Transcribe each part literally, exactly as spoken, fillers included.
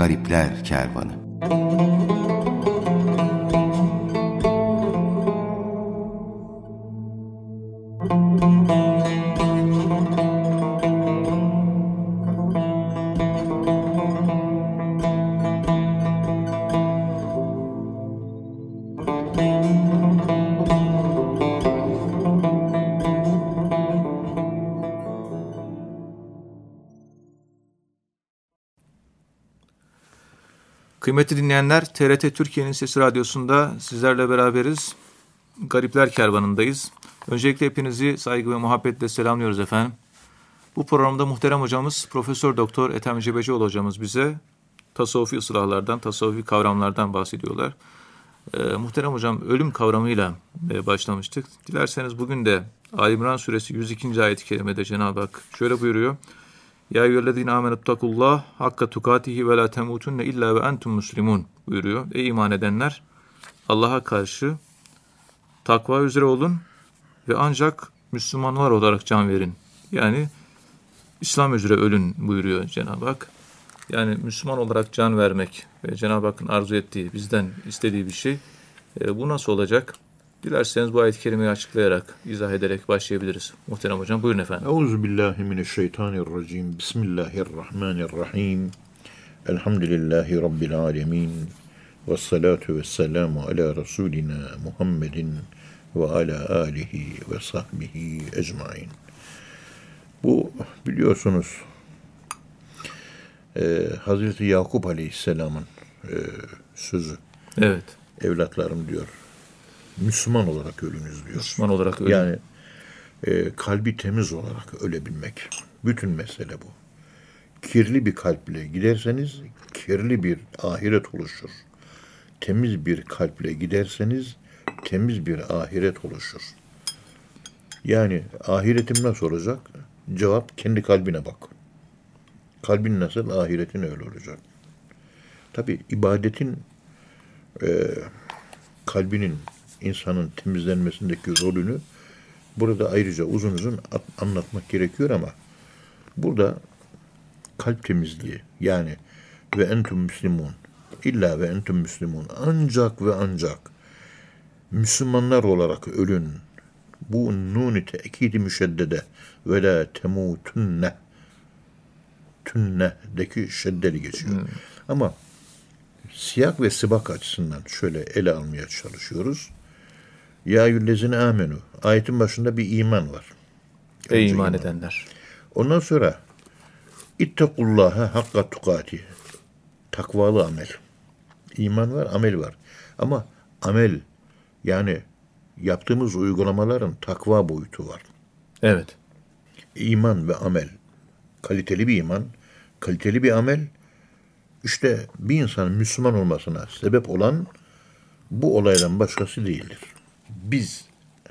Garipler Kervanı. Kıymetli dinleyenler, T R T Türkiye'nin Sesi Radyosu'nda sizlerle beraberiz. Garipler Kervanı'ndayız. Öncelikle hepinizi saygı ve muhabbetle selamlıyoruz efendim. Bu programda muhterem hocamız Profesör Doktor Ethem Cebecioğlu hocamız bize tasavvufi ıslahlardan, tasavvufi kavramlardan bahsediyorlar. Ee, muhterem hocam ölüm kavramıyla e, başlamıştık. Dilerseniz bugün de Ali İmran Suresi yüz ikinci ayet-i kerimede Cenab-ı Hak şöyle buyuruyor. Ya eyyühellezine amenüttakullah hakka tukatihi ve la temutunne illa ve entum muslimun buyuruyor. Ey iman edenler, Allah'a karşı takva üzere olun ve ancak Müslümanlar olarak can verin. Yani İslam üzere ölün buyuruyor Cenab-ı Hak. Yani Müslüman olarak can vermek ve Cenab-ı Hakk'ın arzu ettiği, bizden istediği bir şey. E, bu nasıl olacak? Dilerseniz bu ayet-i kerimeyi açıklayarak, izah ederek başlayabiliriz. Muhterem hocam buyurun efendim. Euzubillahimineşşeytanirracim. Bismillahirrahmanirrahim. Elhamdülillahi Rabbil alemin. Vessalatu vesselamu ala Resulina Muhammedin ve ala alihi ve sahbihi ecmain. Bu biliyorsunuz e, Hazreti Yakup Aleyhisselam'ın e, sözü. Evet. Evlatlarım diyor. Müslüman olarak ölünüz diyor. Müslüman olarak ölün. Yani e, kalbi temiz olarak ölebilmek. Bütün mesele bu. Kirli bir kalple giderseniz kirli bir ahiret oluşur. Temiz bir kalple giderseniz temiz bir ahiret oluşur. Yani ahiretim nasıl olacak? Cevap kendi kalbine bak. Kalbin nasıl, ahiretin öyle olacak. Tabi ibadetin e, kalbinin, insanın temizlenmesindeki rolünü burada ayrıca uzun uzun anlatmak gerekiyor ama burada kalp temizliği yani ve entum müslimun illa ve entum müslimun ancak ve ancak Müslümanlar olarak ölün. Bu nun-i tekid-i müşeddede ve la temutunne tünne'deki şeddeli geçiyor. Hmm. Ama siyak ve sibak açısından şöyle ele almaya çalışıyoruz. Ya yüllezine amenu. Ayetin başında bir iman var. Ey iman, iman edenler. Ondan sonra ittekullaha hakka tukati. Takvalı amel. İman var, amel var. Ama amel yani yaptığımız uygulamaların takva boyutu var. Evet. İman ve amel. Kaliteli bir iman, kaliteli bir amel. İşte bir insanın Müslüman olmasına sebep olan bu olaydan başkası değildir. Biz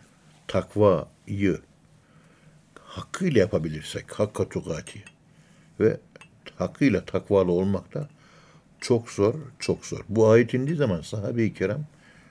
takvayı hakkıyla yapabilirsek, hakka tukati ve hakkıyla takvalı olmak da çok zor, çok zor. Bu ayet indiği zaman sahabe-i kiram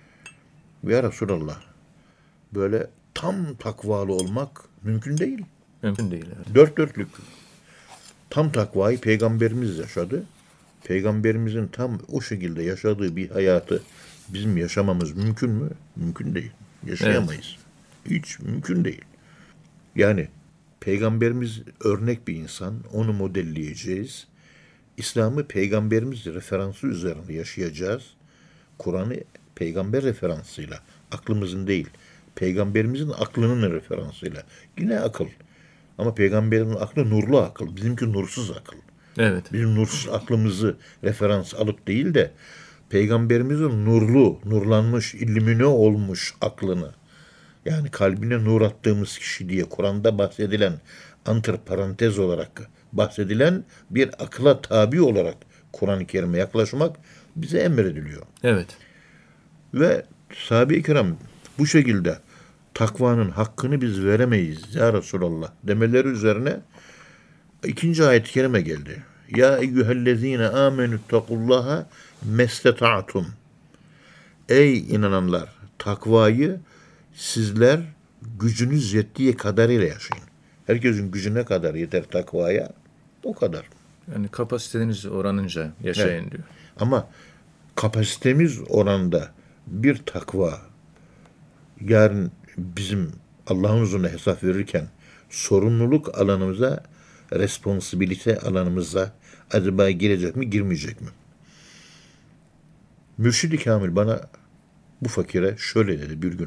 ya Resulallah böyle tam takvalı olmak mümkün değil. Mümkün değil. Evet. Dört dörtlük tam takvayı Peygamberimiz yaşadı. Peygamberimizin tam o şekilde yaşadığı bir hayatı bizim yaşamamız mümkün mü? Mümkün değil. Yaşayamayız. Evet. Hiç mümkün değil. Yani Peygamberimiz örnek bir insan. Onu modelleyeceğiz. İslam'ı Peygamberimiz referansı üzerinde yaşayacağız. Kur'an'ı Peygamber referansıyla, aklımızın değil, Peygamberimizin aklının referansıyla. Yine akıl. Ama Peygamberin aklı nurlu akıl. Bizimki nursuz akıl. Evet. Bizim nursuz aklımızı referans alıp değil de Peygamberimizin nurlu, nurlanmış, illümine olmuş aklını, yani kalbine nur attığımız kişi diye Kur'an'da bahsedilen, antiparantez olarak bahsedilen bir akla tabi olarak Kur'an-ı Kerim'e yaklaşmak bize emrediliyor. Evet. Ve sahabe-i kiram bu şekilde takvanın hakkını biz veremeyiz ya Resulallah demeleri üzerine ikinci ayet-i kerime geldi. Ya eyyühellezine amenüttakullaha mesteta'tum. Ey inananlar, takvayı sizler gücünüz yettiği kadarıyla yaşayın. Herkesin gücüne kadar yeter takvaya, o kadar. Yani kapasiteniz oranınca yaşayın Evet. diyor. Ama kapasitemiz oranında bir takva yarın bizim Allah'ın huzuruna hesap verirken sorumluluk alanımıza, responsibilite alanımıza acaba girecek mi, girmeyecek mi? Mürşid-i Kamil bana bu fakire şöyle dedi bir gün.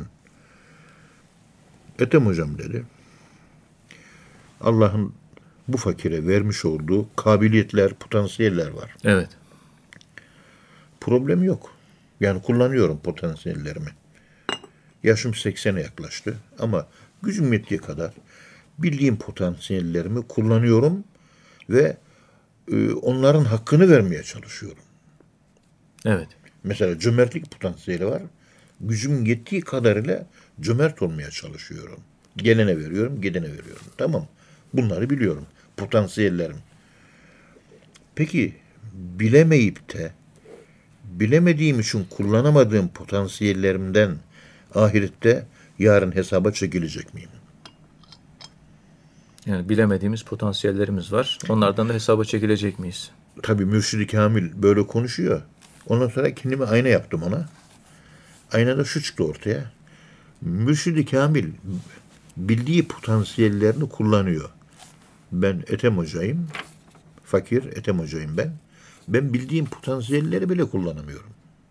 Ethem hocam dedi, Allah'ın bu fakire vermiş olduğu kabiliyetler, potansiyeller var. Evet. Problem yok. Yani kullanıyorum potansiyellerimi. Yaşım seksene yaklaştı ama gücüm yettiği kadar bildiğim potansiyellerimi kullanıyorum ve e, onların hakkını vermeye çalışıyorum. Evet. Mesela cömertlik potansiyeli var. Gücüm yettiği kadarıyla cömert olmaya çalışıyorum. Gelene veriyorum, gidene veriyorum. Tamam. Bunları biliyorum. Potansiyellerim. Peki bilemeyip de bilemediğim için kullanamadığım potansiyellerimden ahirette yarın hesaba çekilecek miyim? Yani bilemediğimiz potansiyellerimiz var. Onlardan da hesaba çekilecek miyiz? Tabii Mürşid-i Kamil böyle konuşuyor. Ondan sonra kendime ayna yaptım ona. Aynada şu çıktı ortaya. Mürşid-i Kamil bildiği potansiyellerini kullanıyor. Ben Ethem hocayım. Fakir Ethem hocayım ben. Ben bildiğim potansiyelleri bile kullanamıyorum.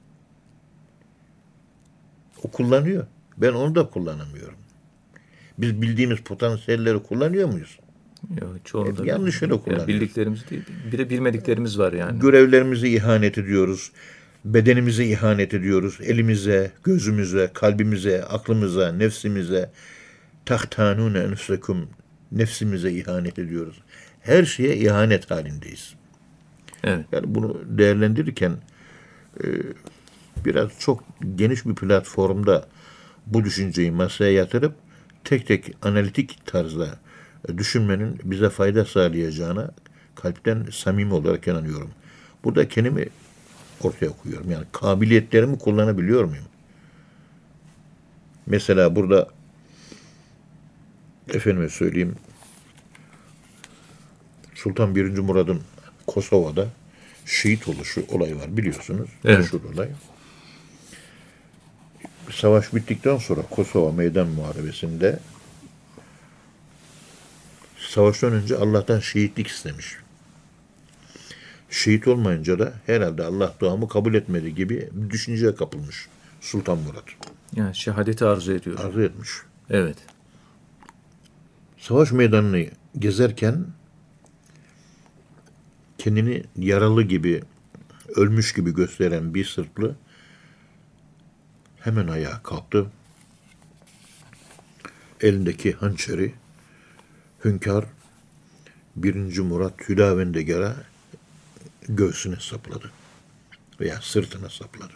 O kullanıyor. Ben onu da kullanamıyorum. Biz bildiğimiz potansiyelleri kullanıyor muyuz? Yok, çoğunu da yanlış yere kullanıyoruz. Yani bildiklerimiz değil. Bir de bilmediklerimiz var yani. Görevlerimizi ihanet ediyoruz. Bedenimize ihanet ediyoruz. Elimize, gözümüze, kalbimize, aklımıza, nefsimize. Tahtanune enfusekum. Nefsimize ihanet ediyoruz. Her şeye ihanet halindeyiz. Evet. Yani bunu değerlendirirken e, biraz çok geniş bir platformda bu düşünceyi masaya yatırıp tek tek analitik tarzda düşünmenin bize fayda sağlayacağına kalpten samimi olarak inanıyorum. Burada kendimi ortaya koyuyorum. Yani kabiliyetlerimi kullanabiliyor muyum? Mesela burada efendime söyleyeyim Sultan birinci. Murad'ın Kosova'da şehit oluşu olayı var biliyorsunuz. Evet. Meşhur olay. Savaş bittikten sonra Kosova Meydan Muharebesi'nde savaştan önce Allah'tan şehitlik istemiş. Şehit olmayınca da herhalde Allah duamı kabul etmedi gibi bir düşünceye kapılmış Sultan Murat. Yani şehadeti arzu ediyor. Arzu etmiş. Evet. Savaş meydanını gezerken kendini yaralı gibi, ölmüş gibi gösteren bir sırtlı hemen ayağa kalktı. Elindeki hançeri hünkâr birinci. Murat Hüdavendigar'a göğsüne sapladı veya sırtına sapladı.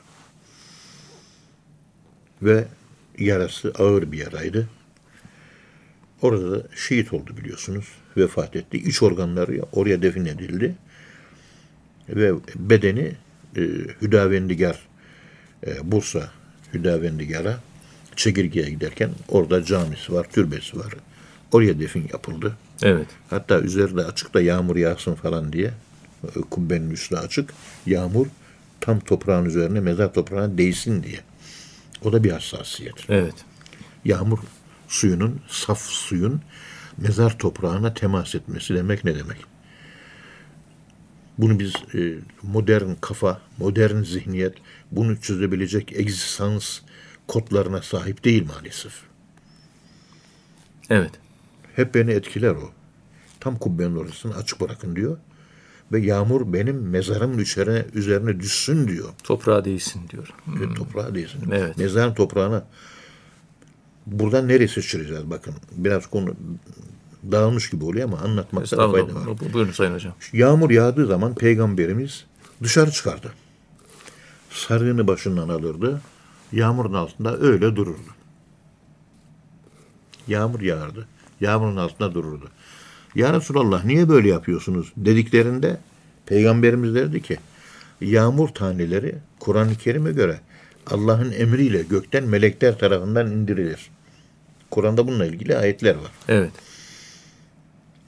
Ve yarası ağır bir yaraydı. Orada da şehit oldu biliyorsunuz. Vefat etti. İç organları oraya defin edildi. Ve bedeni e, Hüdavendigar e, Bursa Hüdavendigar'a Çekirge'ye giderken orada camisi var, türbesi var. Oraya defin yapıldı. Evet. Hatta üzerinde açık da yağmur yağsın falan diye kubbenin üstü açık. Yağmur tam toprağın üzerine, mezar toprağına değsin diye. O da bir hassasiyet. Evet. Yağmur suyunun, saf suyun mezar toprağına temas etmesi demek ne demek? Bunu biz e, modern kafa, modern zihniyet bunu çözebilecek egzistans kodlarına sahip değil maalesef. Evet. Hep beni etkiler o. Tam kubbenin orasını açık bırakın diyor. Ve yağmur benim mezarımın üzerine, üzerine düşsün diyor. Toprağa değsin diyor. Hmm. E, toprağa değsin. Evet. Mezarın toprağına. Buradan nereye sıçrayacağız bakın. Biraz konu dağılmış gibi oluyor ama anlatmakta da fayda var. Buyurun Sayın Hocam. Yağmur yağdığı zaman Peygamberimiz dışarı çıkardı. Sarığını başından alırdı. Yağmurun altında öyle dururdu. Yağmur yağardı. Yağmurun altında dururdu. Ya Resulallah niye böyle yapıyorsunuz dediklerinde Peygamberimiz derdi ki yağmur taneleri Kur'an-ı Kerim'e göre Allah'ın emriyle gökten melekler tarafından indirilir. Kur'an'da bununla ilgili ayetler var. Evet.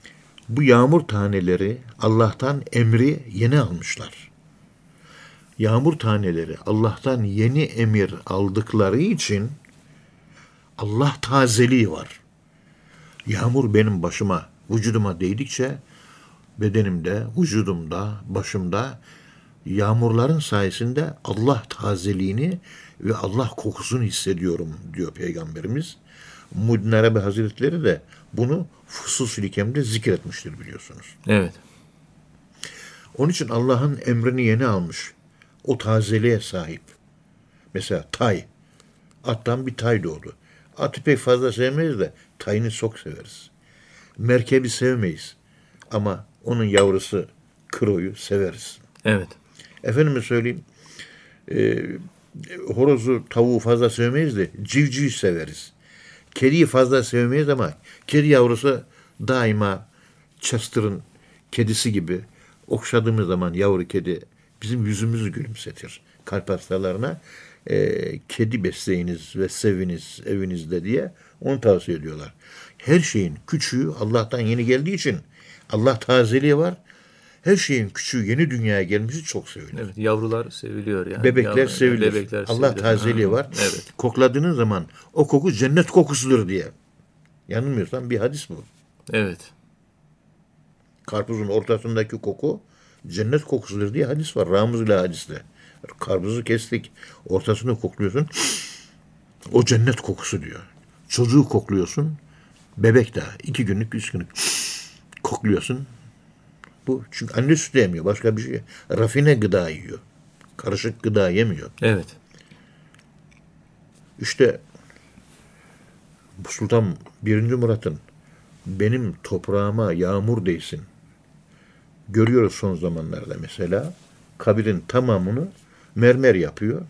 Bu yağmur taneleri Allah'tan emri yeni almışlar. Yağmur taneleri Allah'tan yeni emir aldıkları için Allah tazeliği var. Yağmur benim başıma, vücuduma değdikçe bedenimde, vücudumda, başımda yağmurların sayesinde Allah tazeliğini ve Allah kokusunu hissediyorum diyor Peygamberimiz. Muhyiddin Arabi Hazretleri de bunu Fusus-ül Hikem'de zikretmiştir biliyorsunuz. Evet. Onun için Allah'ın emrini yeni almış. O tazeliğe sahip. Mesela tay. Attan bir tay doğdu. Atı pek fazla sevmeyiz de tayını çok severiz. Merkebi sevmeyiz. Ama onun yavrusu kroyu severiz. Evet. Efendime söyleyeyim, e, horozu, tavuğu fazla sevmeyiz de civciv severiz. Kediyi fazla sevmeyiz ama kedi yavrusu daima Chester'ın kedisi gibi okşadığımız zaman yavru kedi bizim yüzümüzü gülümsetir. Kalp hastalarına e, kedi besleyiniz ve seviniz evinizde diye onu tavsiye ediyorlar. Her şeyin küçüğü Allah'tan yeni geldiği için Allah tazeliği var. Her şeyin küçüğü yeni dünyaya gelmesi çok sevilir. Evet, yavrular seviliyor yani. Bebekler Yavru, sevilir. Bebekler Allah seviliyor. tazeliği Ha, var. evet. Kokladığınız zaman o koku cennet kokusudur diye. Yanılmıyorsam bir hadis bu. Evet. Karpuzun ortasındaki koku cennet kokusudur diye hadis var. Ramuz ile hadiste. Karpuzu kestik. Ortasını kokluyorsun. O cennet kokusu diyor. Çocuğu kokluyorsun. Bebek daha. iki günlük, üç günlük. Kokluyorsun. Bu çünkü anne sütü yemiyor. Başka bir şey. Rafine gıda yiyor. Karışık gıda yemiyor. Evet. İşte Sultan birinci Murat'ın benim toprağıma yağmur değsin. Görüyoruz son zamanlarda mesela. Kabirin tamamını mermer yapıyor.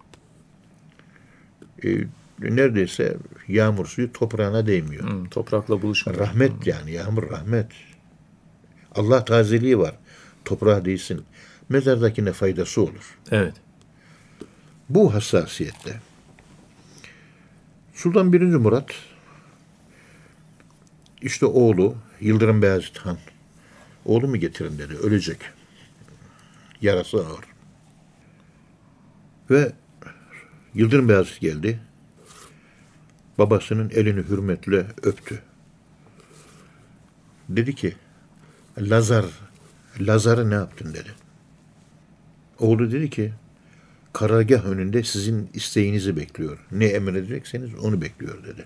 E, neredeyse yağmur suyu toprağına değmiyor. Hmm, toprakla buluşmuyor. Rahmet Hmm. yani yağmur rahmet. Allah tazeliği var. Toprağa değsin. Mezardakine faydası olur. Evet. Bu hassasiyette Sultan birinci Murat işte oğlu Yıldırım Beyazıt Han oğlumu getirin dedi. Ölecek. Yarası ağır. Ve Yıldırım Beyazıt geldi. Babasının elini hürmetle öptü. Dedi ki Lazar, Lazar'ı ne yaptın dedi. Oğlu dedi ki karargah önünde sizin isteğinizi bekliyor. Ne emredecekseniz onu bekliyor dedi.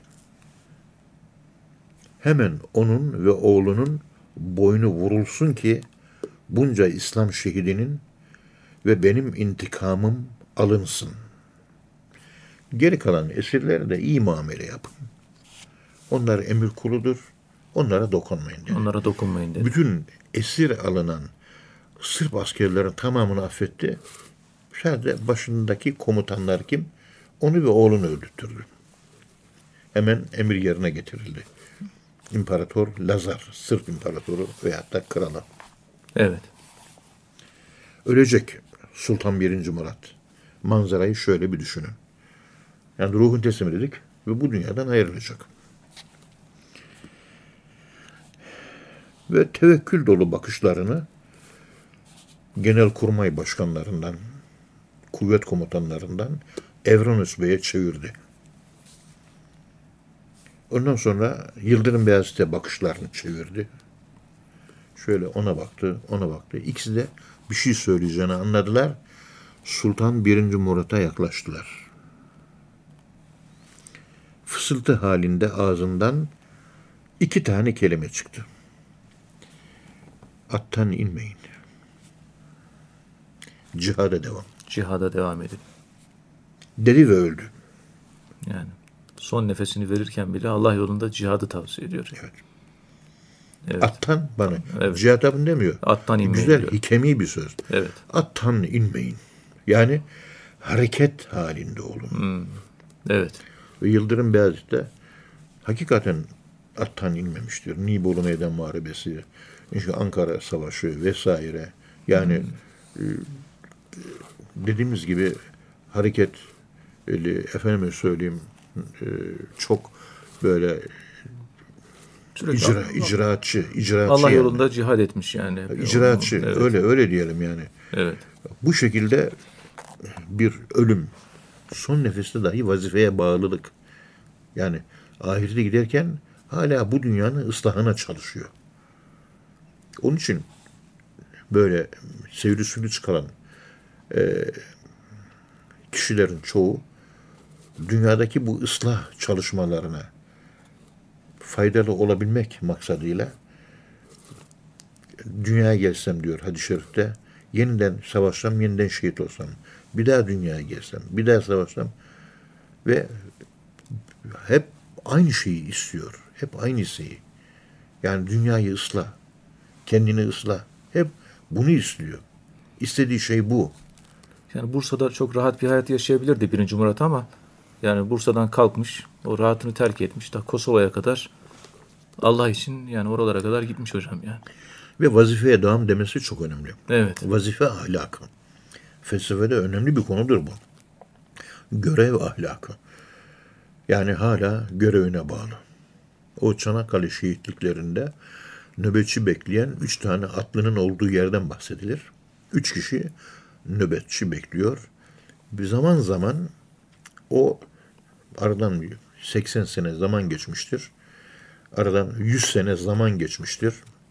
Hemen onun ve oğlunun boynu vurulsun ki bunca İslam şehidinin ve benim intikamım alınsın. Geri kalan esirlere de iyi muamele yapın. Onlar emir kuludur. Onlara dokunmayın dedi. Onlara dokunmayın dedi. Bütün esir alınan Sırp askerlerin tamamını affetti. Sadece başındaki komutanlar kim? Onu ve oğlunu öldürttürdü. Hemen emir yerine getirildi. İmparator Lazar, Sırp imparatoru veyahut da kralı. Evet. Ölecek Sultan birinci Murat. Manzarayı şöyle bir düşünün. Yani ruhun teslim dedik ve bu dünyadan ayrılacak. Ve tevekkül dolu bakışlarını Genelkurmay başkanlarından, kuvvet komutanlarından Evronus Bey'e çevirdi. Ondan sonra Yıldırım Beyazıt'a bakışlarını çevirdi. Şöyle ona baktı, ona baktı. İkisi de bir şey söyleyeceğini anladılar. Sultan birinci Murat'a yaklaştılar. Fısıltı halinde ağzından iki tane kelime çıktı. Attan inmeyin. Cihada devam. Cihada devam edin. Dedi ve öldü. Yani son nefesini verirken bile Allah yolunda cihadı tavsiye ediyor. Evet. Evet. Attan bana. Evet. Cihatın demiyor. Attan inmeyin Güzel, diyor. hikemi bir söz. Evet. Attan inmeyin. Yani hareket halinde olun. Hmm. Evet. Ve Yıldırım Beyazıt da hakikaten attan inmemiştir. Nibolu Meydan Muharebesi, işte Ankara Savaşı vesaire. Yani hmm. e, dediğimiz gibi hareket e, efendime söyleyeyim e, çok böyle Sürekli icra, icraatçı, icraatçı Allah yani. yolunda cihad etmiş yani. İcraatçı, Evet. öyle öyle diyelim yani. Evet. Bu şekilde bir ölüm, son nefeste dahi vazifeye bağlılık. Yani ahirete giderken hala bu dünyanın ıslahına çalışıyor. Onun için böyle seyri çıkaran e, kişilerin çoğu dünyadaki bu ıslah çalışmalarına faydalı olabilmek maksadıyla dünyaya gelsem diyor hadis-i şerifte, yeniden savaşsam, yeniden şehit olsam, bir daha dünyaya gelsem, bir daha savaşsam ve hep aynı şeyi istiyor. Hep aynı şeyi. Yani dünyayı ıslah, kendini ıslah. Hep bunu istiyor. İstediği şey bu. Yani Bursa'da çok rahat bir hayat yaşayabilirdi birinci Murat ama yani Bursa'dan kalkmış, o rahatını terk etmiş. Da Kosova'ya kadar Allah için yani oralara kadar gitmiş hocam yani. Ve vazifeye devam demesi çok önemli. Evet. Vazife ahlakı. Felsefede önemli bir konudur bu. Görev ahlakı. Yani hala görevine bağlı. O Çanakkale şehitliklerinde nöbetçi bekleyen üç tane atlının olduğu yerden bahsedilir. Üç kişi nöbetçi bekliyor. Bir zaman zaman o aradan seksen sene zaman geçmiştir. Aradan yüz sene zaman geçmiştir.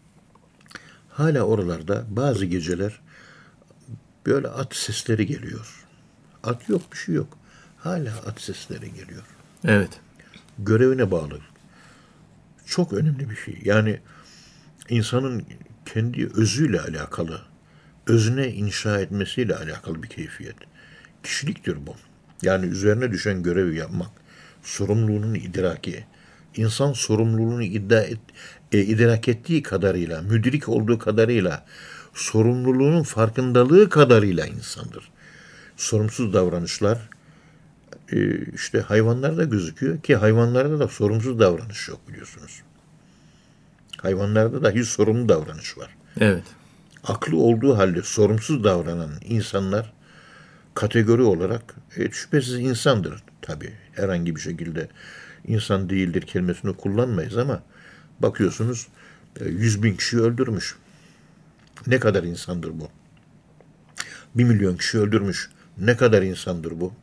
Hala oralarda bazı geceler böyle at sesleri geliyor. At yok, bir şey yok. Hala at sesleri geliyor. Evet. Görevine bağlı. Çok önemli bir şey. Yani insanın kendi özüyle alakalı, özüne inşa etmesiyle alakalı bir keyfiyet. Kişiliktir bu. Yani üzerine düşen görevi yapmak, sorumluluğunun idraki. İnsan sorumluluğunu iddia et, e, idrak ettiği kadarıyla, müdrik olduğu kadarıyla, sorumluluğunun farkındalığı kadarıyla insandır. Sorumsuz davranışlar e, işte hayvanlarda gözüküyor ki hayvanlarda da sorumsuz davranış yok biliyorsunuz. Hayvanlarda da hiç sorumlu davranış var. Evet. Aklı olduğu halde sorumsuz davranan insanlar kategori olarak e, şüphesiz insandır tabii. Herhangi bir şekilde insan değildir kelimesini kullanmayız ama bakıyorsunuz e, yüz bin kişi öldürmüş. Ne kadar insandır bu? Bir milyon kişi öldürmüş. Ne kadar insandır bu?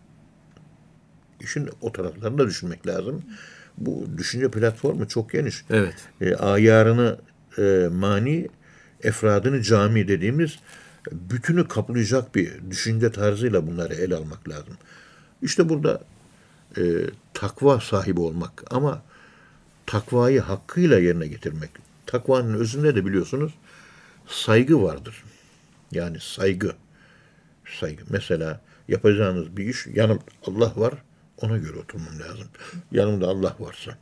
İşin o taraflarını da düşünmek lazım. Bu düşünce platformu çok geniş. Evet. E, ayarını e, mani, efradını cami dediğimiz bütünü kaplayacak bir düşünce tarzıyla bunları ele almak lazım. İşte burada e, takva sahibi olmak ama takvayı hakkıyla yerine getirmek. Takvanın özünde de biliyorsunuz saygı vardır. Yani saygı. Saygı. Mesela yapacağınız bir iş, yanımda Allah var, ona göre oturmam lazım. Yanımda Allah varsa.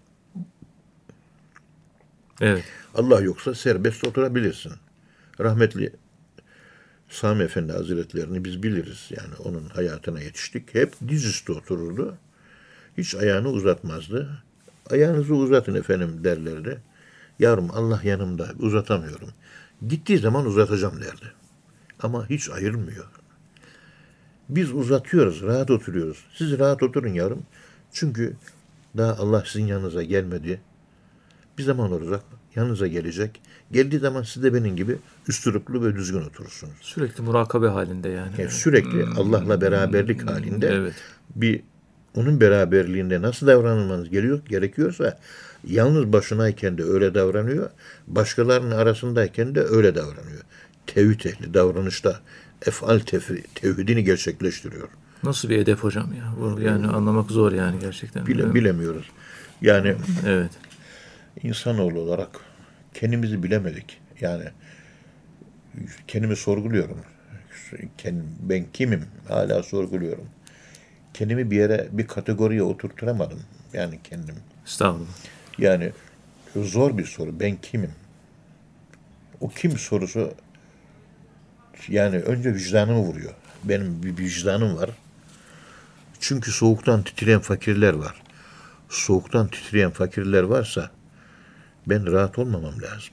Evet. Allah yoksa serbest oturabilirsin. Rahmetli Sami Efendi Hazretlerini biz biliriz. Yani onun hayatına yetiştik. Hep dizüstü otururdu. Hiç ayağını uzatmazdı. Ayağınızı uzatın efendim derlerdi. Yavrum Allah yanımda uzatamıyorum. Gittiği zaman uzatacağım derdi. Ama hiç ayrılmıyor. Biz uzatıyoruz, rahat oturuyoruz. Siz rahat oturun yavrum. Çünkü daha Allah sizin yanınıza gelmedi. Bir zaman olacak, yanınıza gelecek. Geldiği zaman siz de benim gibi üstüruplu ve düzgün oturursunuz. Sürekli murakabe halinde yani. Yani sürekli Allah'la beraberlik halinde Evet. bir onun beraberliğinde nasıl davranılmanız geliyor, gerekiyorsa yalnız başınayken de öyle davranıyor, başkalarının arasındayken de öyle davranıyor. Tevhid ehli davranışta efal tevhid, tevhidini gerçekleştiriyor. Nasıl bir edep hocam ya? Bu yani anlamak zor yani gerçekten. Bile, Evet. bilemiyoruz. Yani Evet. insanoğlu olarak kendimizi bilemedik. Yani kendimi sorguluyorum. Kendim, ben kimim? Hala sorguluyorum. Kendimi bir yere, bir kategoriye oturtturamadım. Yani kendim. Estağfurullah. Yani zor bir soru. Ben kimim? O kim sorusu yani önce vicdanımı vuruyor. Benim bir vicdanım var. Çünkü soğuktan titreyen fakirler var. Soğuktan titreyen fakirler varsa ben rahat olmamam lazım.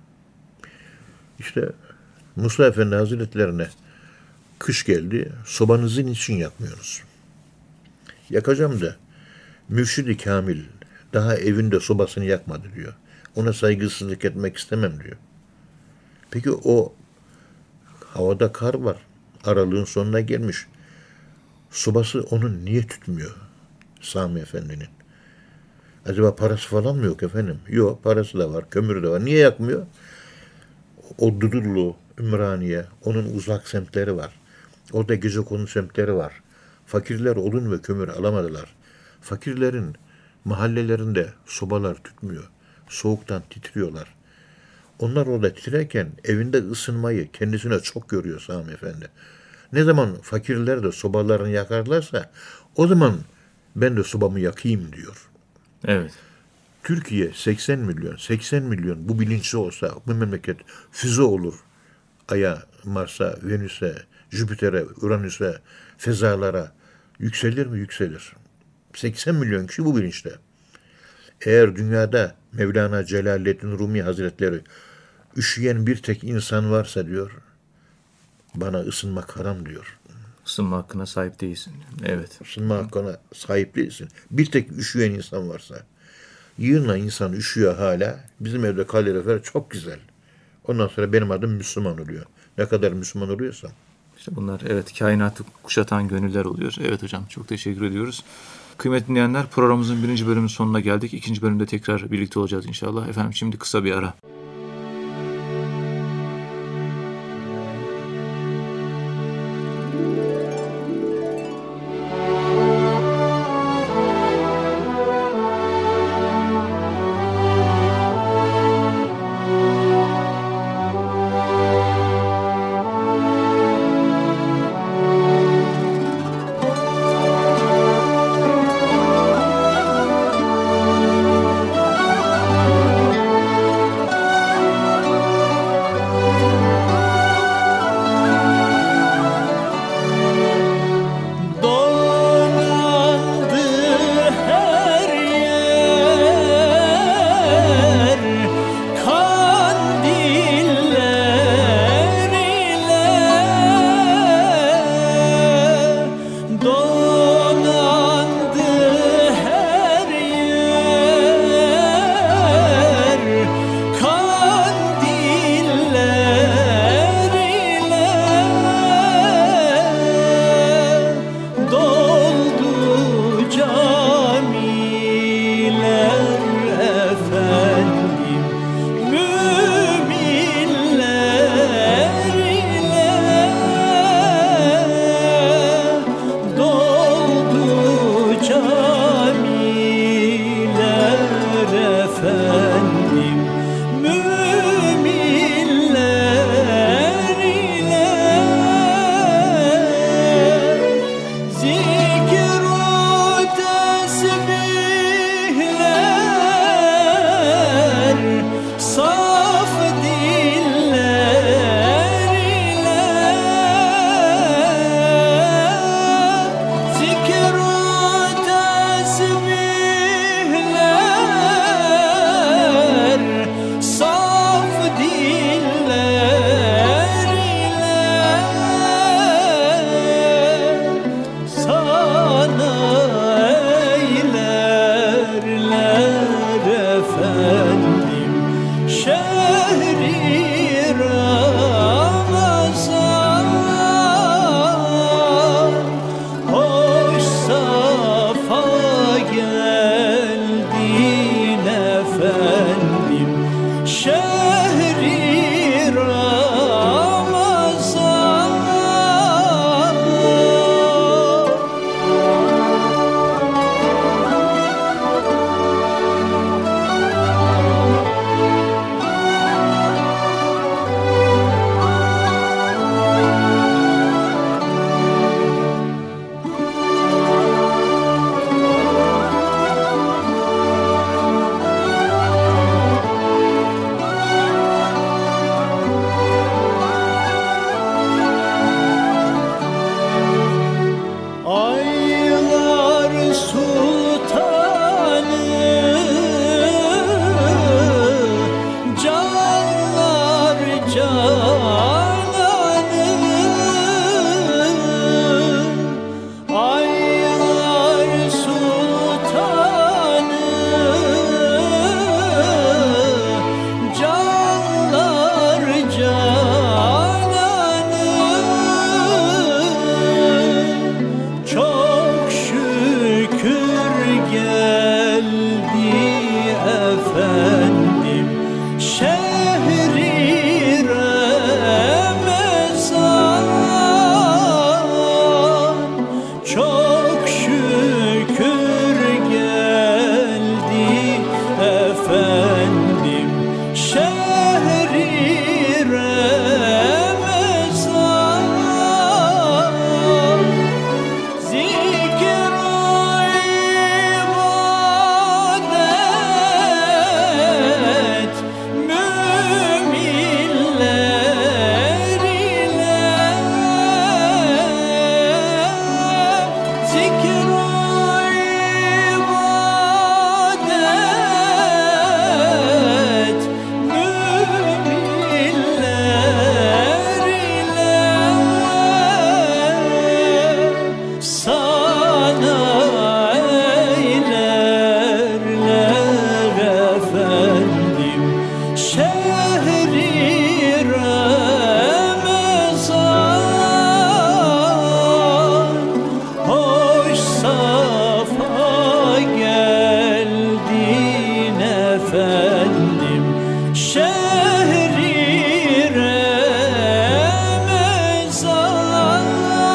İşte Musa Efendi Hazretlerine kış geldi. Sobanızı niçin yakmıyorsunuz? Yakacağım da Mürşid-i Kamil daha evinde sobasını yakmadı diyor. Ona saygısızlık etmek istemem diyor. Peki o havada kar var. Aralığın sonuna gelmiş. Sobası onun niye tütmüyor Sami Efendi'nin? Acaba parası falan mı yok efendim? Yok, parası da var, kömürü de var. Niye yakmıyor? O Dudullu, Ümraniye, onun uzak semtleri var. Orada gecekondu semtleri var. Fakirler odun ve kömür alamadılar. Fakirlerin mahallelerinde sobalar tütmüyor. Soğuktan titriyorlar. Onlar orada titrerken evinde ısınmayı kendisine çok görüyor Sami Efendi. Ne zaman fakirler de sobalarını yakarlarsa o zaman ben de sobamı yakayım diyor. Evet. Türkiye seksen milyon, seksen milyon bu bilinçli olsa bu memleket füze olur. Ay'a, Mars'a, Venüs'e, Jüpiter'e, Uranüs'e, fezalara yükselir mi? Yükselir. seksen milyon kişi bu bilinçte. Eğer dünyada Mevlana Celaleddin Rumi Hazretleri üşüyen bir tek insan varsa diyor, bana ısınmak haram diyor. Isınma hakkına sahip değilsin. Evet. Isınma hakkına sahip değilsin. Bir tek üşüyen insan varsa. Yığınla insan üşüyor hala. Bizim evde kalorifer çok güzel. Ondan sonra benim adım Müslüman oluyor. Ne kadar Müslüman oluyorsam. İşte bunlar evet kainatı kuşatan gönüller oluyor. Evet hocam çok teşekkür ediyoruz. Kıymetli dinleyenler programımızın birinci bölümünün sonuna geldik. İkinci bölümde tekrar birlikte olacağız inşallah. Efendim şimdi kısa bir ara. hoş safa geldin efendim, şehri Ramazan.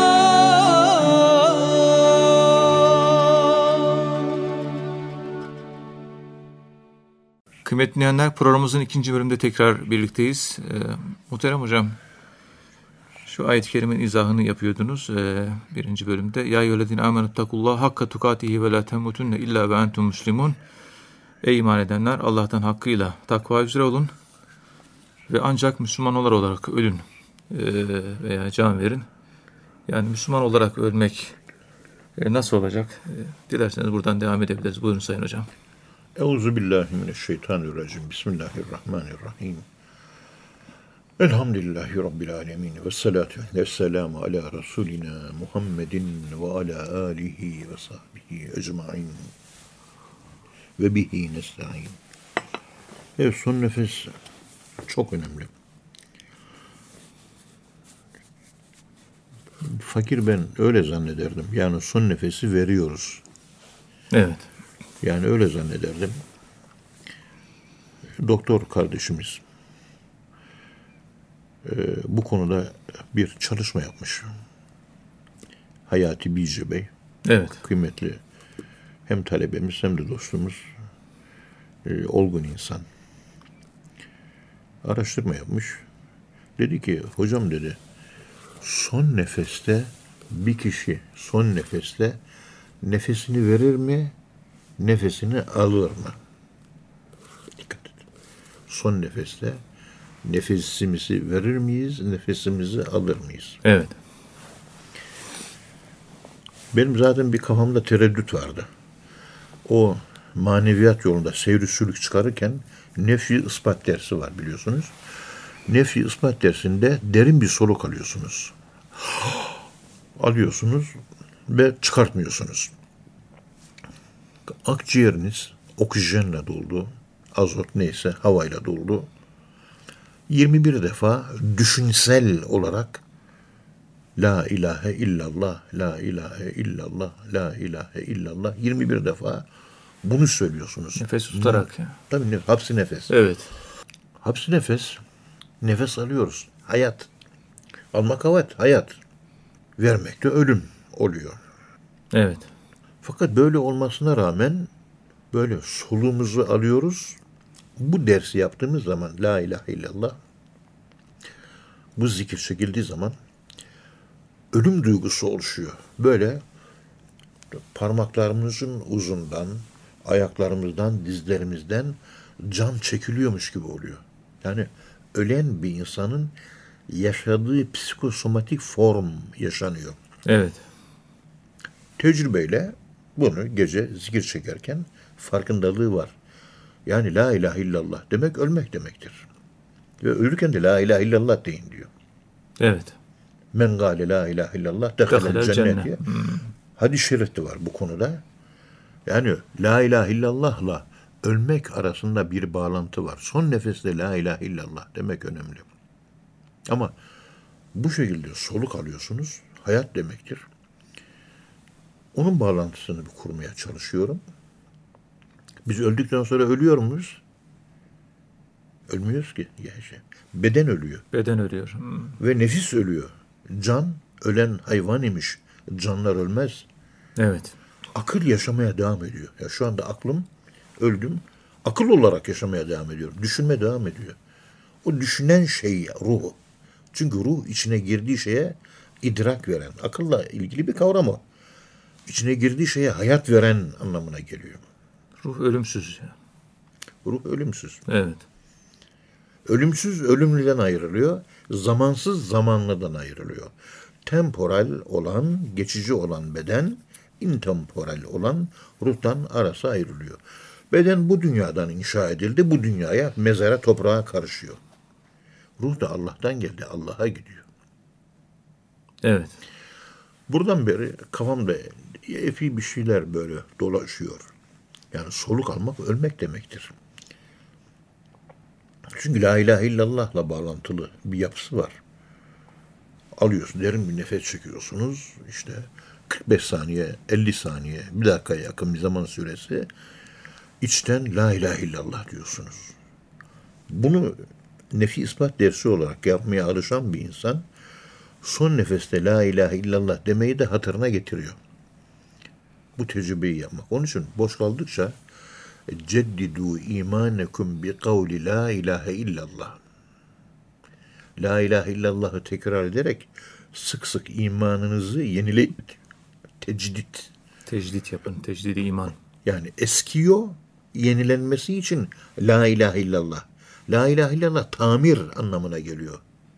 Kıymetli dinleyenler, programımızın ikinci bölümünde tekrar birlikteyiz. Ee, muhterem hocam, şu ayet-i kerimenin izahını yapıyordunuz ee, birinci bölümde. Ya eyyühellezine amenüttakullaha hakka tukatihi ve la temutunne illa ve entum muslimun. Ey iman edenler, Allah'tan hakkıyla takva üzere olun ve ancak Müslümanlar olarak ölün ee, veya can verin. Yani Müslüman olarak ölmek e, nasıl olacak? E, dilerseniz buradan devam edebiliriz. Buyurun Sayın Hocam. Euzubillahimineşşeytanirracim. Bismillahirrahmanirrahim. Elhamdülillahi Rabbil alemin. Ve salatu ve selamu ala Resulina Muhammedin ve ala alihi ve sahbihi ecmain. Ve bihi nesta'in. Evet, son nefes çok önemli. Fakir ben öyle zannederdim. Yani son nefesi veriyoruz. Evet. Yani öyle zannederdim. Doktor kardeşimiz e, bu konuda bir çalışma yapmış. Hayati Bilge Bey. Evet. Kıymetli hem talebemiz hem de dostumuz. E, olgun insan. Araştırma yapmış. Dedi ki, hocam dedi, son nefeste bir kişi son nefeste nefesini verir mi, nefesini alır mı? Dikkat edin. Son nefeste nefesimizi verir miyiz, nefesimizi alır mıyız? Evet. Benim zaten bir kafamda tereddüt vardı. O maneviyat yolunda seyri sülük çıkarırken nefi ispat dersi var biliyorsunuz. Nefi ispat dersinde derin bir soluk alıyorsunuz. Alıyorsunuz ve çıkartmıyorsunuz. Akciğeriniz oksijenle doldu, azot neyse havayla doldu. yirmi bir defa düşünsel olarak La ilahe illallah, la ilahe illallah, la ilahe illallah yirmi bir defa bunu söylüyorsunuz. Nefes tutarak. Ya. Tabii hapsi nefes. Evet. Hapsi nefes, nefes alıyoruz. Hayat. Almak hayat, hayat. Vermek de ölüm oluyor. Evet. Fakat böyle olmasına rağmen böyle soluğumuzu alıyoruz. Bu dersi yaptığımız zaman la ilahe illallah, bu zikir çekildiği zaman ölüm duygusu oluşuyor. Böyle parmaklarımızın uzundan, ayaklarımızdan, dizlerimizden can çekiliyormuş gibi oluyor. Yani ölen bir insanın yaşadığı psikosomatik form yaşanıyor. Evet. Tecrübeyle bunu gece zikir çekerken farkındalığı var. Yani la ilahe illallah demek ölmek demektir. Ve ölürken de la ilahe illallah deyin diyor. Evet. Men gâle la ilahe illallah dehalel cennet diye. Hmm. Hadis-i şerifte var bu konuda. Yani la ilahe illallah'la ölmek arasında bir bağlantı var. Son nefeste la ilahe illallah demek önemli. Ama bu şekilde soluk alıyorsunuz. Hayat demektir. Onun bağlantısını bir kurmaya çalışıyorum. Biz öldükten sonra ölüyor muyuz? Ölmüyoruz ki. Yani beden ölüyor. Beden ölüyor. Hmm. Ve nefis ölüyor. Can ölen hayvan imiş. Canlar ölmez. Evet. Akıl yaşamaya devam ediyor. Ya şu anda aklım, öldüm. Akıl olarak yaşamaya devam ediyor. Düşünme devam ediyor. O düşünen şey ruh. Çünkü ruh içine girdiği şeye idrak veren. Akılla ilgili bir kavram o. İçine girdiği şeye hayat veren anlamına geliyor. Ruh ölümsüz. Ruh ölümsüz. Evet. Ölümsüz ölümlüden ayrılıyor. Zamansız zamanlıdan ayrılıyor. Temporal olan, geçici olan beden, intemporal olan ruhtan arası ayrılıyor. Beden bu dünyadan inşa edildi. Bu dünyaya, mezara, toprağa karışıyor. Ruh da Allah'tan geldi. Allah'a gidiyor. Evet. Buradan beri kafamda epey bir şeyler böyle dolaşıyor. Yani soluk almak ölmek demektir. Çünkü la ilahe illallah'la bağlantılı bir yapısı var. Alıyorsun, derin bir nefes çekiyorsunuz. İşte kırk beş saniye, elli saniye, bir dakikaya yakın bir zaman süresi içten la ilahe illallah diyorsunuz. Bunu nefi ispat dersi olarak yapmaya alışan bir insan son nefeste la ilahe illallah demeyi de hatırına getiriyor. Bu tecrübeyi yapmak. Onun için boş kaldıkça ceddidu imanekum bi kavli la ilahe illallah. La ilahe illallah'ı tekrar ederek sık sık imanınızı yenileyin. Tecdit. Tecdit yapın. Tecdidi iman. Yani eskiyor, yenilenmesi için la ilahe illallah. La ilahe illallah tamir anlamına geliyor.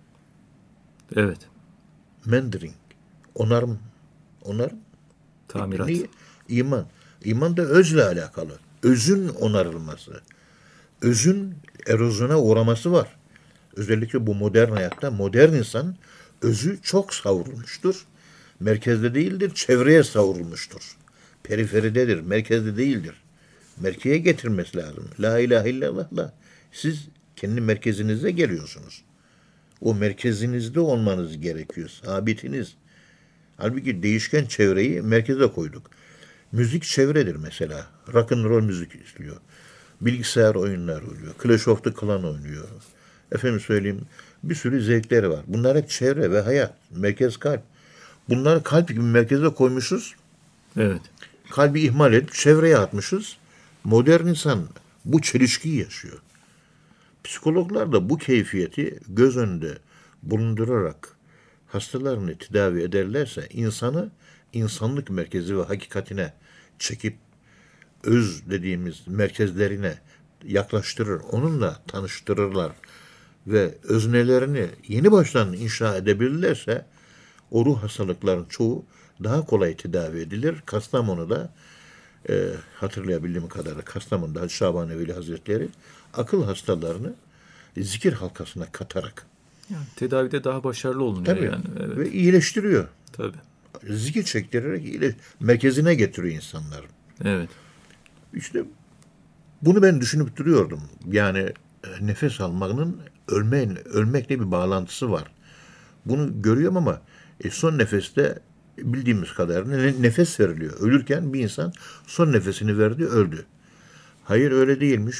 Evet. Mendering. Onarım. Onarım. Tamirat. Ne? İman. İman da özle alakalı. Özün onarılması. Özün erozyona uğraması var. Özellikle bu modern hayatta modern insan özü çok savrulmuştur. Merkezde değildir, çevreye savrulmuştur. Periferidedir, merkezde değildir. Merkeze getirmesi lazım. La ilahe illallah'la siz kendi merkezinize geliyorsunuz. O merkezinizde olmanız gerekiyor. Sabitiniz. Halbuki değişken çevreyi merkeze koyduk. Müzik çevredir mesela. Rock and roll müzik istiyor. Bilgisayar oyunlar oluyor. Clash of the Clan oynuyor. Efendim söyleyeyim, bir sürü zevkleri var. Bunlar hep çevre ve hayat. Merkez kalp. Bunları kalp gibi merkeze koymuşuz. Evet. Kalbi ihmal edip çevreye atmışız. Modern insan bu çelişkiyi yaşıyor. Psikologlar da bu keyfiyeti göz önünde bulundurarak hastalarını tedavi ederlerse insanı insanlık merkezi ve hakikatine çekip öz dediğimiz merkezlerine yaklaştırır, onunla tanıştırırlar ve öznelerini yeni baştan inşa edebilirlerse o ruh hastalıkların çoğu daha kolay tedavi edilir. Kastamonu'da e, hatırlayabildiğim kadarıyla Kastamonu'da Hacı Şaban Veli Hazretleri akıl hastalarını zikir halkasına katarak Yani tedavide daha başarılı olunuyor tabii, yani. Evet. ve iyileştiriyor. Tabii. Zikir çektirerek iyile, merkezine getiriyor insanları. Evet. İşte bunu ben düşünüp duruyordum. Yani e, nefes almanın ölmeyle, ölmekle bir bağlantısı var. Bunu görüyorum ama e, son nefeste bildiğimiz kadarıyla ne- nefes veriliyor. Ölürken bir insan son nefesini verdi, öldü. Hayır, öyle değilmiş.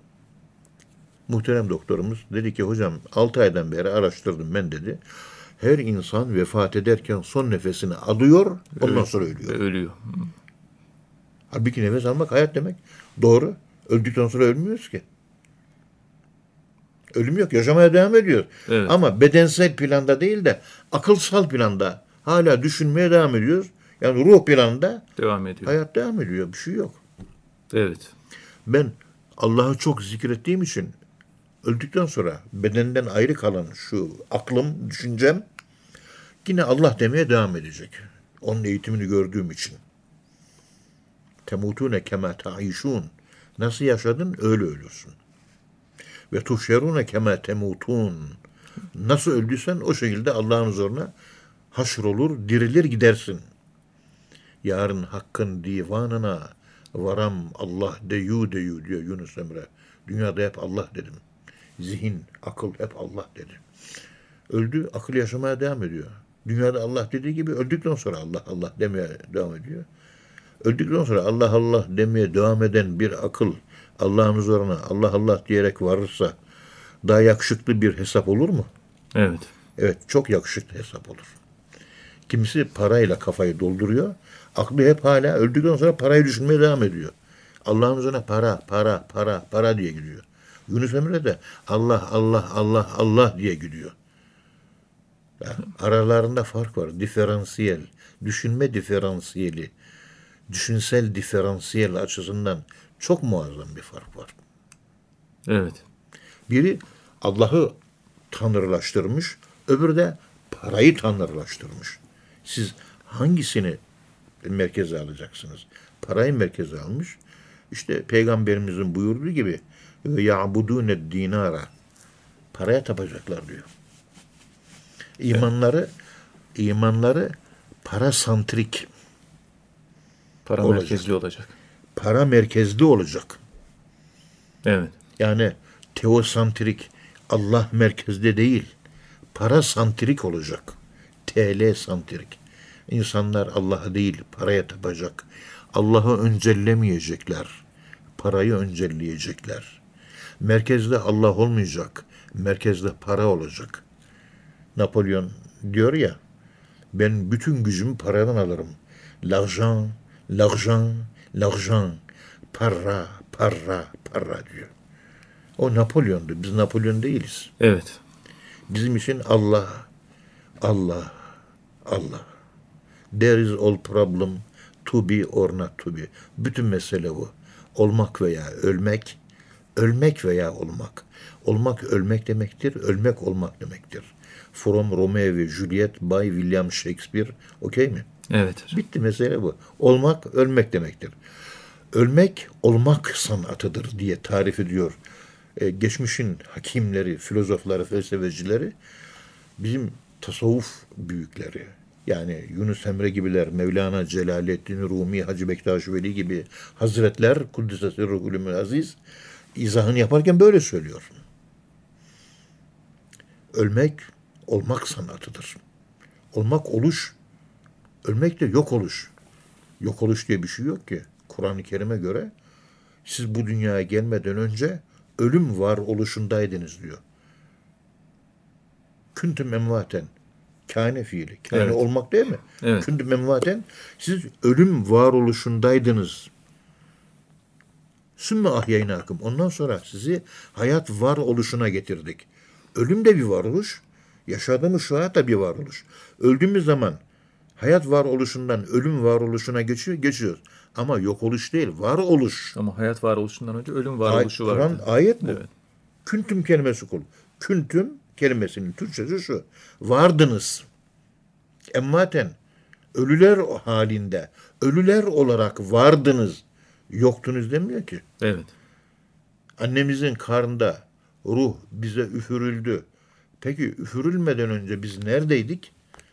Muhterem doktorumuz dedi ki hocam altı aydan beri araştırdım ben dedi. Her insan vefat ederken son nefesini alıyor, ondan sonra ölüyor. Ve ölüyor. Hı. Halbuki nefes almak hayat demek. Doğru. Öldükten sonra ölmüyoruz ki. Ölüm yok. Yaşamaya devam ediyoruz. Evet. Ama bedensel planda değil de akılsal planda hala düşünmeye devam ediyoruz. Yani ruh planında Devam ediyor. hayat devam ediyor. Bir şey yok. Evet. Ben Allah'ı çok zikrettiğim için öldükten sonra bedenden ayrı kalan şu aklım, düşüncem yine Allah demeye devam edecek. Onun eğitimini gördüğüm için. Temutune kema taişun. Nasıl yaşadın öyle ölürsün. Ve tuhşerune kema temutun. Nasıl öldüysen o şekilde Allah'ın huzuruna haşrolur, dirilir gidersin. Yarın hakkın divanına varam Allah deyu deyu diyor Yunus Emre. Dünyada hep Allah dedim. Zihin, akıl hep Allah dedi. Öldü, akıl yaşamaya devam ediyor. Dünyada Allah dediği gibi öldükten sonra Allah Allah demeye devam ediyor. Öldükten sonra Allah Allah demeye devam eden bir akıl Allah'ın huzuruna Allah Allah diyerek varırsa daha yakışıklı bir hesap olur mu? Evet. Evet, çok yakışıklı hesap olur. Kimisi parayla kafayı dolduruyor. Aklı hep hala öldükten sonra parayı düşünmeye devam ediyor. Allah'ın huzuruna para, para, para, para diye gidiyor. Yunus Emre de Allah, Allah, Allah, Allah diye gidiyor. Ya, aralarında fark var. Diferansiyel. Düşünme diferansiyeli. Düşünsel diferansiyel açısından çok muazzam bir fark var. Evet. Biri Allah'ı tanrılaştırmış, öbürü de parayı tanrılaştırmış. Siz hangisini merkeze alacaksınız? Parayı merkeze almış. İşte Peygamberimizin buyurduğu gibi ya'budûne dinara. Paraya tapacaklar diyor. İmanları imanları para santrik. Para Olacak. merkezli olacak. Para merkezli olacak. Evet. Yani teosantrik, Allah merkezde değil, parasantrik olacak. T L santrik. İnsanlar Allah'a değil, paraya tapacak. Allah'ı öncellemeyecekler. Parayı öncelleyecekler. Merkezde Allah olmayacak. Merkezde para olacak. Napolyon diyor ya, ben bütün gücümü paradan alırım. L'argent, l'argent, l'argent. Para, para, para diyor. O Napolyon'du. Biz Napolyon değiliz. Evet. Bizim için Allah, Allah, Allah. There is all problem to be or not to be. Bütün mesele bu. Olmak veya ölmek, ölmek veya olmak. Olmak ölmek demektir, ölmek olmak demektir. From Romeo ve Juliet by William Shakespeare. Okey mi? Evet hocam. Bitti, mesele bu. Olmak ölmek demektir. Ölmek olmak sanatıdır diye tarif ediyor. Ee, geçmişin hakimleri, filozofları, felsefecileri, bizim tasavvuf büyükleri, yani Yunus Emre gibiler, Mevlana Celaleddin Rumi, Hacı Bektaş Veli gibi hazretler, Kuddisesi Ruhulümül Aziz, izahını yaparken böyle söylüyor. Ölmek olmak sanatıdır. Olmak oluş, ölmek de yok oluş. Yok oluş diye bir şey yok ki. Kur'an-ı Kerim'e göre siz bu dünyaya gelmeden önce ölüm var oluşundaydınız diyor. Küntüm emvaten. Kâne fiili. Kâne Evet. olmak değil mi? Evet. Küntüm emvaten. Siz ölüm varoluşundaydınız. Sümme ahyeynâkım. Ondan sonra sizi hayat var oluşuna getirdik. Ölüm de bir varoluş. Yaşadığımız şu hayat da bir varoluş. Öldüğümüz zaman hayat varoluşundan ölüm varoluşuna geçiyor, geçiyoruz. Ama yok oluş değil, varoluş. Ama hayat varoluşundan önce ölüm Ay- varoluşu Kur'an vardı. ayet bu. Evet. Küntüm kelimesi kul. Küntüm kelimesinin Türkçesi şu. Vardınız. Emmaten. Ölüler halinde. Ölüler olarak vardınız. Yoktunuz demiyor ki. Evet. Annemizin karnında ruh bize üfürüldü. Peki üfürülmeden önce biz neredeydik?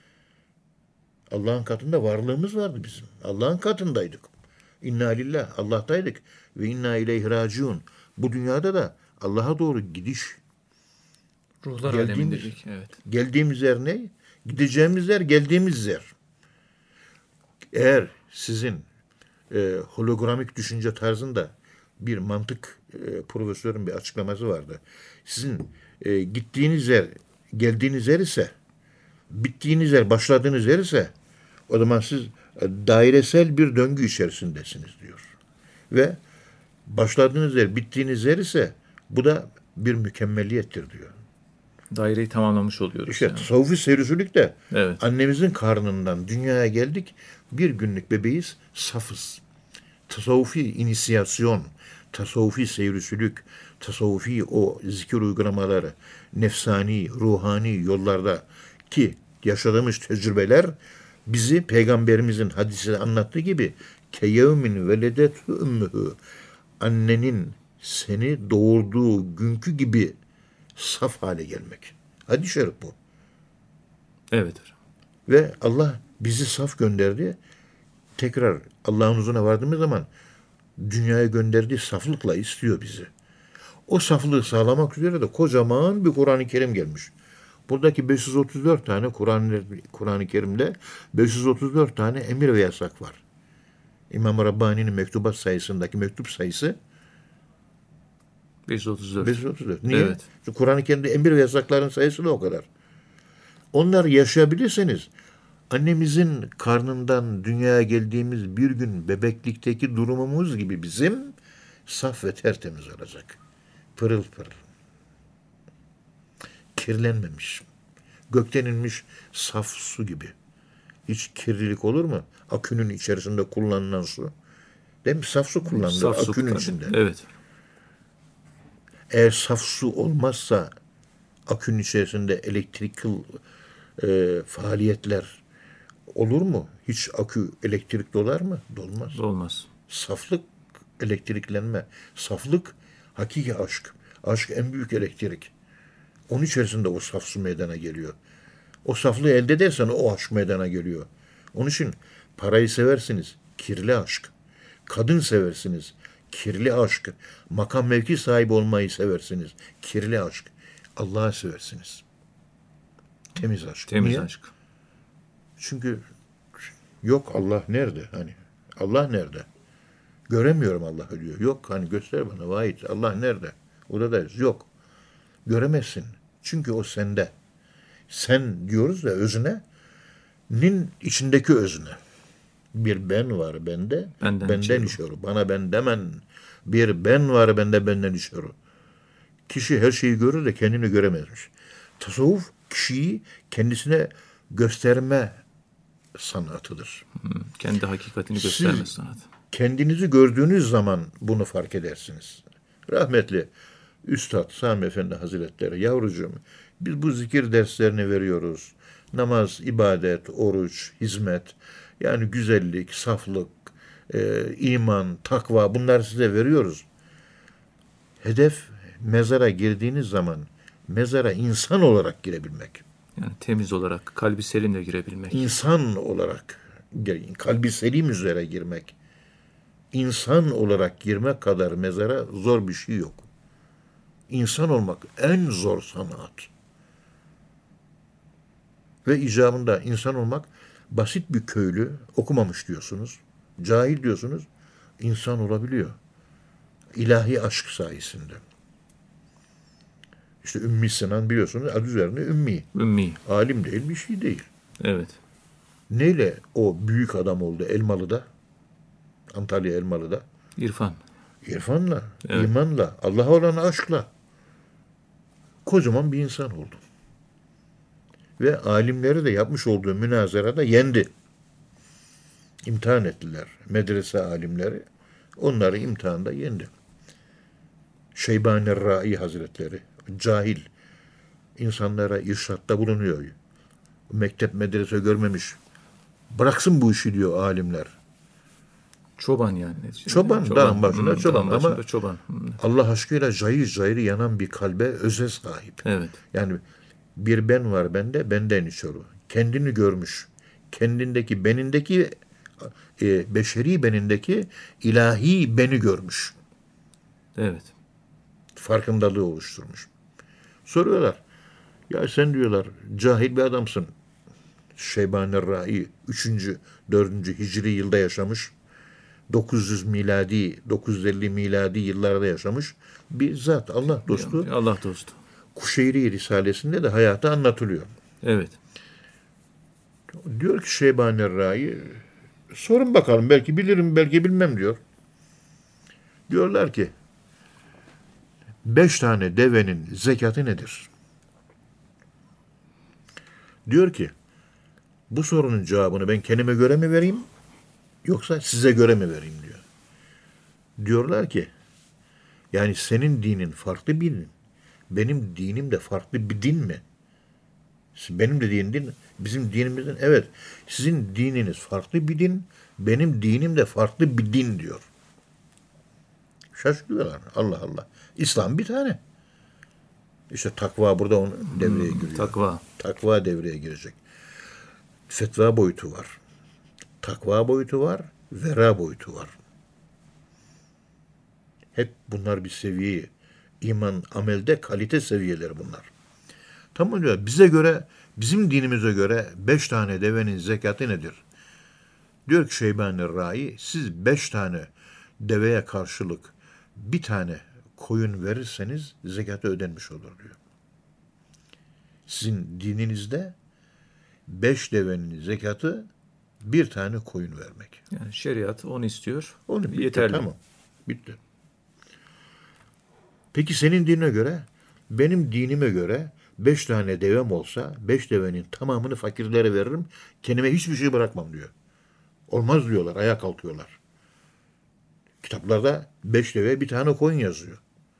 Allah'ın katında varlığımız vardı bizim. Allah'ın katındaydık. İnna lillah. Allah'taydık. Ve inna ileyhi raciun. Bu dünyada da Allah'a doğru gidiş. Ruhlar Geldiğimiz- alemindeydik. Evet. Geldiğimiz yer ne? Gideceğimiz yer, geldiğimiz yer. Eğer sizin e, hologramik düşünce tarzında bir mantık e, profesörün bir açıklaması vardı. Sizin e, gittiğiniz yer, geldiğiniz yer ise, bittiğiniz yer, başladığınız yer ise, o zaman siz e, dairesel bir döngü içerisindesiniz diyor. Ve başladığınız yer, bittiğiniz yer ise bu da bir mükemmeliyettir diyor. Daireyi tamamlamış oluyoruz. İşte yani. tasavvufi seyrisülükte Evet. annemizin karnından dünyaya geldik. Bir günlük bebeğiz, safız. Tasavvufi inisiyasyon, tasavvufi seyrisülük, tasavvufi o zikir uygulamaları, nefsani, ruhani yollarda ki yaşadığımız tecrübeler bizi Peygamberimizin hadisinde anlattığı gibi keyevmin veledetü ümmühü, annenin seni doğurduğu günkü gibi saf hale gelmek. Hadis-i şerif bu. Evet hocam. Ve Allah bizi saf gönderdi. Tekrar Allah'ın huzuruna vardığımız zaman dünyaya gönderdiği saflıkla istiyor bizi. O saflığı sağlamak üzere de kocaman bir Kur'an-ı Kerim gelmiş. Buradaki beş yüz otuz dört tane Kur'an-ı Kur'an-ı Kerim'de beş yüz otuz dört tane emir ve yasak var. İmam Rabbani'nin mektubat sayısındaki mektup sayısı beş yüz otuz dört. beş yüz otuz dört. Niye? Evet. Çünkü Kur'an-ı Kerim'de emir ve yasakların sayısı da o kadar. Onları yaşayabilirseniz annemizin karnından dünyaya geldiğimiz bir gün bebeklikteki durumumuz gibi bizim saf ve tertemiz olacak. Pırıl pırıl. Kirlenmemiş. Gökten inmiş saf su gibi. Hiç kirlilik olur mu? Akünün içerisinde kullanılan su. Değil mi? Saf su kullanılır Saf su akünün tabii. içinde. Evet. Eğer saf su olmazsa akünün içerisinde elektrikal e, faaliyetler olur mu? Hiç akü elektrik dolar mı? Dolmaz. Olmaz. Saflık elektriklenme. Saflık hakiki aşk. Aşk en büyük elektrik. Onun içerisinde o saf su meydana geliyor. O saflığı elde edersen o aşk meydana geliyor. Onun için parayı seversiniz. Kirli aşk. Kadın seversiniz. Kirli aşk. Makam mevki sahibi olmayı seversiniz. Kirli aşk. Allah'ı seversiniz. Temiz aşk. Temiz Niye? aşk. Çünkü yok, Allah nerede? Hani Allah nerede? Göremiyorum Allah'ı diyor. Yok, hani göster bana vahit. Allah nerede? Oradayız. Yok. Göremezsin. Çünkü o sende. Sen diyoruz ya özüne, nin içindeki özüne. Bir ben var bende, Benden benden, içeri. içeri. Bana ben demen. Bir ben var bende, benden içeri. Kişi her şeyi görür de kendini göremezmiş. Tasavvuf kişiyi kendisine gösterme sanatıdır. Hmm, kendi hakikatini Siz- göstermez sanat. Kendinizi gördüğünüz zaman bunu fark edersiniz. Rahmetli Üstad Sami Efendi Hazretleri, yavrucuğum biz bu zikir derslerini veriyoruz. Namaz, ibadet, oruç, hizmet, yani güzellik, saflık, e, iman, takva, bunları size veriyoruz. Hedef mezara girdiğiniz zaman mezara insan olarak girebilmek. Yani temiz olarak, kalbi selimle girebilmek. İnsan olarak, kalbi selim üzere girmek. İnsan olarak girmek kadar mezara zor bir şey yok. İnsan olmak en zor sanat. Ve icabında insan olmak basit bir köylü, okumamış diyorsunuz, cahil diyorsunuz, insan olabiliyor. İlahi aşk sayesinde. İşte Ümmü Sinan biliyorsunuz, adı üzerinde Ümmi. Ümmi. Alim değil, bir şey değil. Evet. Neyle o büyük adam oldu Elmalı'da? Antalya Elmalı'da. İrfan. İrfanla, Evet. imanla, Allah'a olan aşkla kocaman bir insan oldu. Ve alimleri de yapmış olduğu münazarada yendi. İmtihan ettiler. Medrese alimleri onları imtihanda yendi. Şeybani-Rai Hazretleri, cahil insanlara irşatta bulunuyor. Mektep medrese görmemiş. Bıraksın bu işi diyor alimler. Çoban yani. neticede. Çoban, dağın başında Hmm, çoban. dağın başında Ama çoban. Hmm, Allah aşkıyla cayır cayır yanan bir kalbe öze sahip. Evet. Yani bir ben var bende, benden içeri. Kendini görmüş. Kendindeki, benindeki, e, beşeri benindeki ilahi beni görmüş. Evet. Farkındalığı oluşturmuş. Soruyorlar. Ya sen diyorlar cahil bir adamsın. Şeybani-Rai üçüncü dördüncü Hicri yılda yaşamış. dokuz yüz miladi, dokuz yüz elli miladi yıllarda yaşamış bir zat, Allah dostu. Allah dostu. Kuşeyri Risalesi'nde de hayatı anlatılıyor. Evet. Diyor ki Şeybani-Rai, sorun bakalım, belki bilirim, belki bilmem diyor. Diyorlar ki, beş tane devenin zekatı nedir? Diyor ki, bu sorunun cevabını ben kendime göre mi vereyim, yoksa size göre mi vereyim diyor. Diyorlar ki, yani senin dinin farklı bir din, benim dinim de farklı bir din mi? Benim de dinim din, bizim dinimizin, evet, sizin dininiz farklı bir din, benim dinim de farklı bir din diyor. Şaşırıyorlar. Allah Allah. İslam bir tane. İşte takva burada onun devreye giriyor. Takva. Takva devreye girecek. Fetva boyutu var. Takva boyutu var. Vera boyutu var. Hep bunlar bir seviye. İman, amelde kalite seviyeleri bunlar. Tamam diyor. Bize göre, bizim dinimize göre beş tane devenin zekatı nedir? Diyor ki Şeybani-Rai, siz beş tane deveye karşılık bir tane koyun verirseniz zekatı ödenmiş olur diyor. Sizin dininizde beş devenin zekatı bir tane koyun vermek. Yani şeriat onu istiyor. Onu bitti, yeterli. tamam. Bitti. Peki senin dinine göre, benim dinime göre beş tane devem olsa, beş devenin tamamını fakirlere veririm, kendime hiçbir şey bırakmam diyor. Olmaz diyorlar, ayağa kalkıyorlar. Kitaplarda beş deve bir tane koyun yazıyor.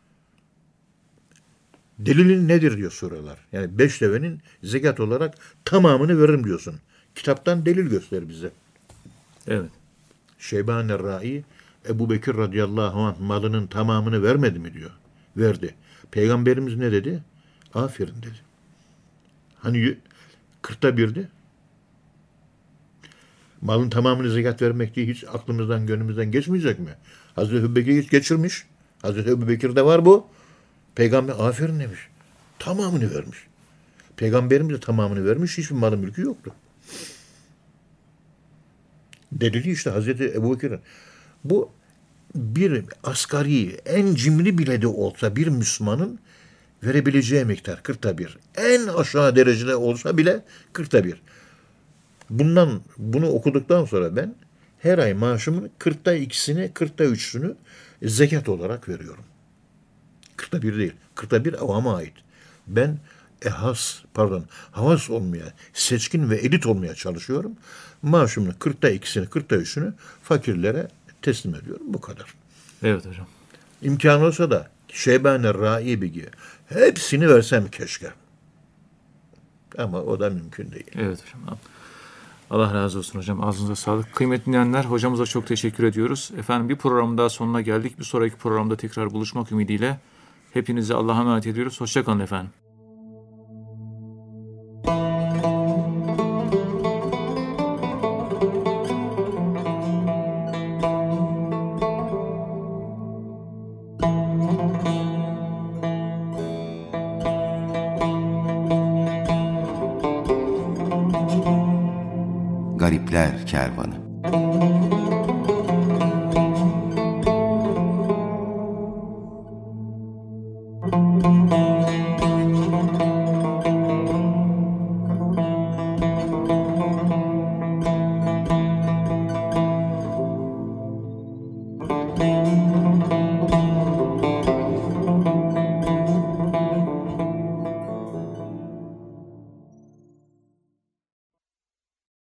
Delilin nedir diyor soruyorlar. Yani beş devenin zekat olarak tamamını veririm diyorsun. Kitaptan delil göster bize. Evet. Şeybani-Rai, Ebu Bekir radıyallahu anh malının tamamını vermedi mi diyor. Verdi. Peygamberimiz ne dedi? Aferin dedi. Hani kırkta birdi. Malın tamamını zekat vermek diye hiç aklımızdan, gönlümüzden geçmeyecek mi? Hazreti Ebubekir geçirmiş. Hazreti Ebubekir'de var bu. Peygamber aferin demiş. Tamamını vermiş. Peygamberimiz de tamamını vermiş. Hiçbir malı mülkü yoktu. Delili işte Hazreti Ebubekir'in. Bu bir asgari, en cimri bile de olsa bir Müslümanın verebileceği miktar kırkta bir. En aşağı derecede olsa bile kırkta bir. Bundan, bunu okuduktan sonra ben her ay maaşımın kırkta ikisini, kırkta üçünü zekat olarak veriyorum. Kırkta bir değil. Kırkta bir avama ait. Ben ehas, pardon, havas olmaya, seçkin ve elit olmaya çalışıyorum. Maaşımın kırkta ikisini, kırkta üçünü fakirlere teslim ediyorum. Bu kadar. Evet hocam. İmkan olsa da Şeybani Raibi gibi hepsini versem keşke. Ama o da mümkün değil. Evet hocam. Allah razı olsun hocam. Ağzınıza sağlık. Kıymetli dinleyenler, hocamıza çok teşekkür ediyoruz. Efendim bir programın daha sonuna geldik. Bir sonraki programda tekrar buluşmak ümidiyle hepinizi Allah'a emanet ediyoruz. Hoşça kalın efendim. Garipler Kervanı.